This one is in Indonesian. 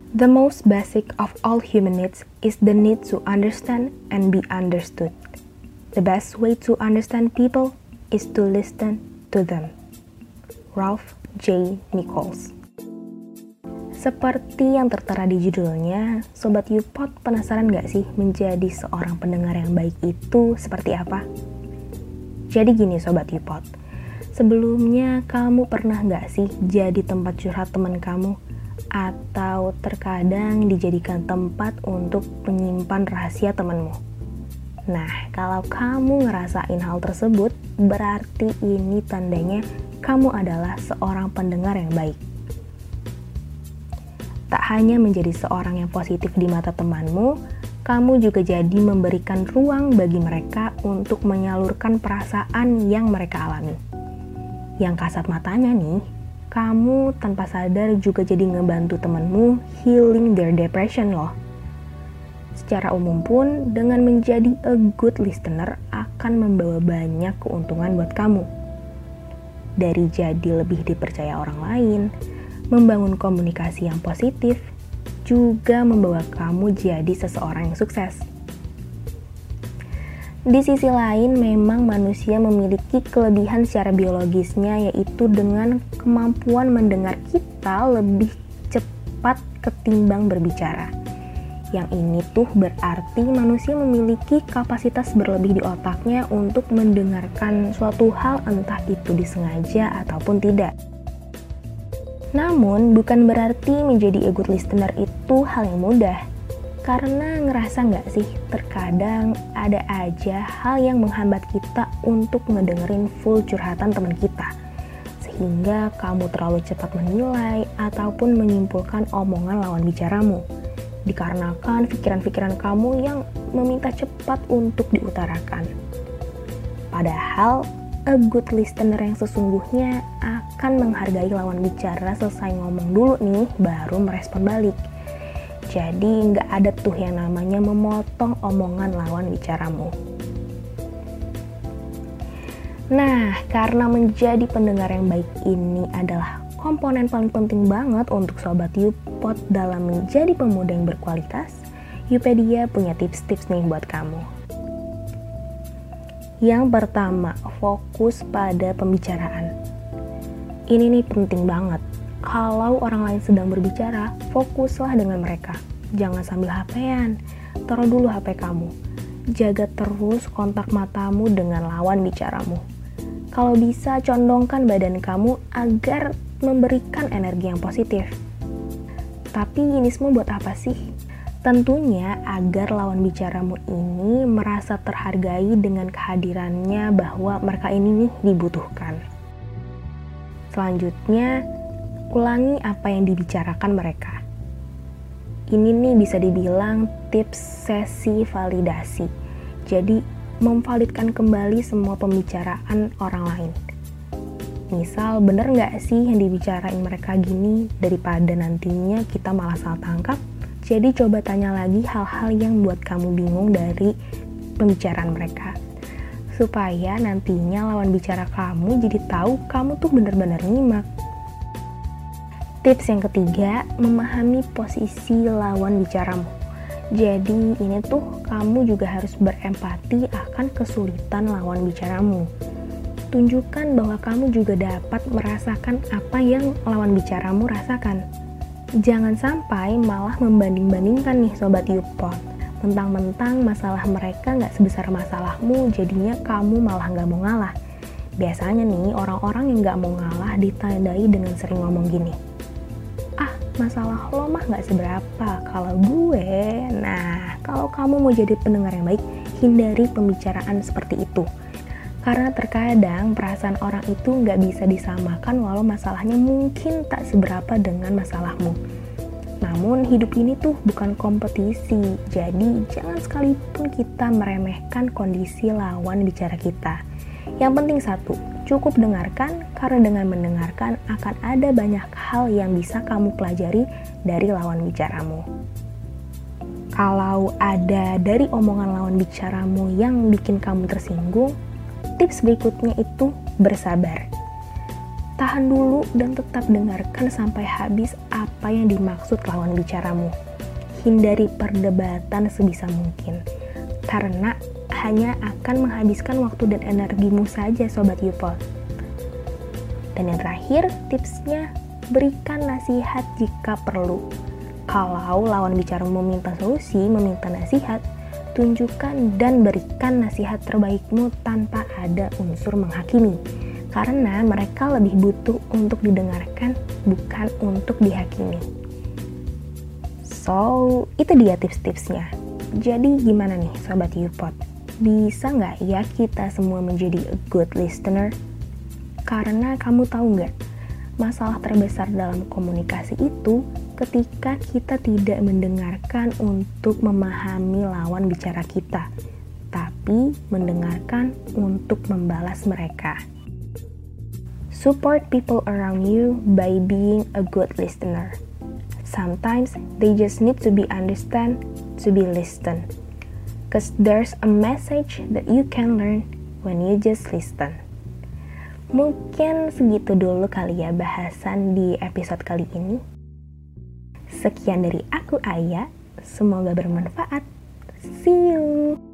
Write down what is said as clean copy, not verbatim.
The most basic of all human needs is the need to understand and be understood. The best way to understand people is to listen to them. Ralph J. Nichols. Seperti yang tertera di judulnya, Sobat Yupod penasaran gak sih menjadi seorang pendengar yang baik itu seperti apa? Jadi gini Sobat Yupod, sebelumnya kamu pernah gak sih jadi tempat curhat teman kamu? Atau terkadang dijadikan tempat untuk menyimpan rahasia temanmu? Nah, kalau kamu ngerasain hal tersebut, berarti ini tandanya kamu adalah seorang pendengar yang baik. Tak hanya menjadi seorang yang positif di mata temanmu, kamu juga jadi memberikan ruang bagi mereka untuk menyalurkan perasaan yang mereka alami. Yang kasat matanya nih, kamu tanpa sadar juga jadi ngebantu temanmu healing their depression loh. Secara umum pun, dengan menjadi a good listener akan membawa banyak keuntungan buat kamu. Dari jadi lebih dipercaya orang lain, membangun komunikasi yang positif, juga membawa kamu jadi seseorang yang sukses. Di sisi lain, memang manusia memiliki kelebihan secara biologisnya, yaitu dengan kemampuan mendengar kita lebih cepat ketimbang berbicara. Yang ini tuh berarti manusia memiliki kapasitas berlebih di otaknya untuk mendengarkan suatu hal, entah itu disengaja ataupun tidak. Namun, bukan berarti menjadi a good listener itu hal yang mudah. Karena ngerasa nggak sih, terkadang ada aja hal yang menghambat kita untuk ngedengerin full curhatan teman kita. Sehingga kamu terlalu cepat menilai ataupun menyimpulkan omongan lawan bicaramu. Dikarenakan pikiran-pikiran kamu yang meminta cepat untuk diutarakan. Padahal, a good listener yang sesungguhnya akan menghargai lawan bicara selesai ngomong dulu nih, baru merespon balik. Jadi nggak ada tuh yang namanya memotong omongan lawan bicaramu. Nah, karena menjadi pendengar yang baik ini adalah komponen paling penting banget untuk Sobat Yupod dalam menjadi pemuda yang berkualitas, Yupedia punya tips-tips nih buat kamu. Yang pertama, fokus pada pembicaraan. Ini nih penting banget. Kalau orang lain sedang berbicara, fokuslah dengan mereka. Jangan sambil HP-an. Taruh dulu HP kamu. Jaga terus kontak matamu dengan lawan bicaramu. Kalau bisa, condongkan badan kamu agar memberikan energi yang positif. Tapi ini semua buat apa sih? Tentunya agar lawan bicaramu ini merasa terhargai dengan kehadirannya, bahwa mereka ini nih dibutuhkan. Selanjutnya, ulangi apa yang dibicarakan mereka. Ini nih bisa dibilang tips sesi validasi. Jadi, memvalidkan kembali semua pembicaraan orang lain. Misal, bener nggak sih yang dibicarain mereka gini, daripada nantinya kita malah salah tangkap. Jadi, coba tanya lagi hal-hal yang buat kamu bingung dari pembicaraan mereka. Supaya nantinya lawan bicara kamu jadi tahu kamu tuh bener-bener nyimak. Tips yang ketiga, memahami posisi lawan bicaramu. Jadi ini tuh kamu juga harus berempati akan kesulitan lawan bicaramu. Tunjukkan bahwa kamu juga dapat merasakan apa yang lawan bicaramu rasakan. Jangan sampai malah membanding-bandingkan nih Sobat Yupod. Mentang-mentang masalah mereka nggak sebesar masalahmu, jadinya kamu malah nggak mau ngalah. Biasanya nih orang-orang yang nggak mau ngalah ditandai dengan sering ngomong gini. Masalah lo mah gak seberapa, kalau gue, nah kalau kamu mau jadi pendengar yang baik, hindari pembicaraan seperti itu. Karena terkadang perasaan orang itu gak bisa disamakan walau masalahnya mungkin tak seberapa dengan masalahmu. Namun hidup ini tuh bukan kompetisi, jadi jangan sekalipun kita meremehkan kondisi lawan bicara kita. Yang penting satu, cukup dengarkan, karena dengan mendengarkan akan ada banyak hal yang bisa kamu pelajari dari lawan bicaramu. Kalau ada dari omongan lawan bicaramu yang bikin kamu tersinggung, tips berikutnya itu bersabar. Tahan dulu dan tetap dengarkan sampai habis apa yang dimaksud lawan bicaramu. Hindari perdebatan sebisa mungkin, karena hanya akan menghabiskan waktu dan energimu saja Sobat Yupol. Dan yang terakhir, tipsnya, berikan nasihat jika perlu. Kalau lawan bicaramu meminta solusi, meminta nasihat, tunjukkan dan berikan nasihat terbaikmu tanpa ada unsur menghakimi. Karena mereka lebih butuh untuk didengarkan, bukan untuk dihakimi. So, itu dia tips-tipsnya. Jadi gimana nih Sobat Yupot? Bisa nggak ya kita semua menjadi a good listener? Karena kamu tahu nggak, masalah terbesar dalam komunikasi itu ketika kita tidak mendengarkan untuk memahami lawan bicara kita, tapi mendengarkan untuk membalas mereka. Support people around you by being a good listener. Sometimes they just need to be understand, to be listened. Cause there's a message that you can learn when you just listen. Mungkin segitu dulu kali ya bahasan di episode kali ini. Sekian dari aku Aya, semoga bermanfaat. See you!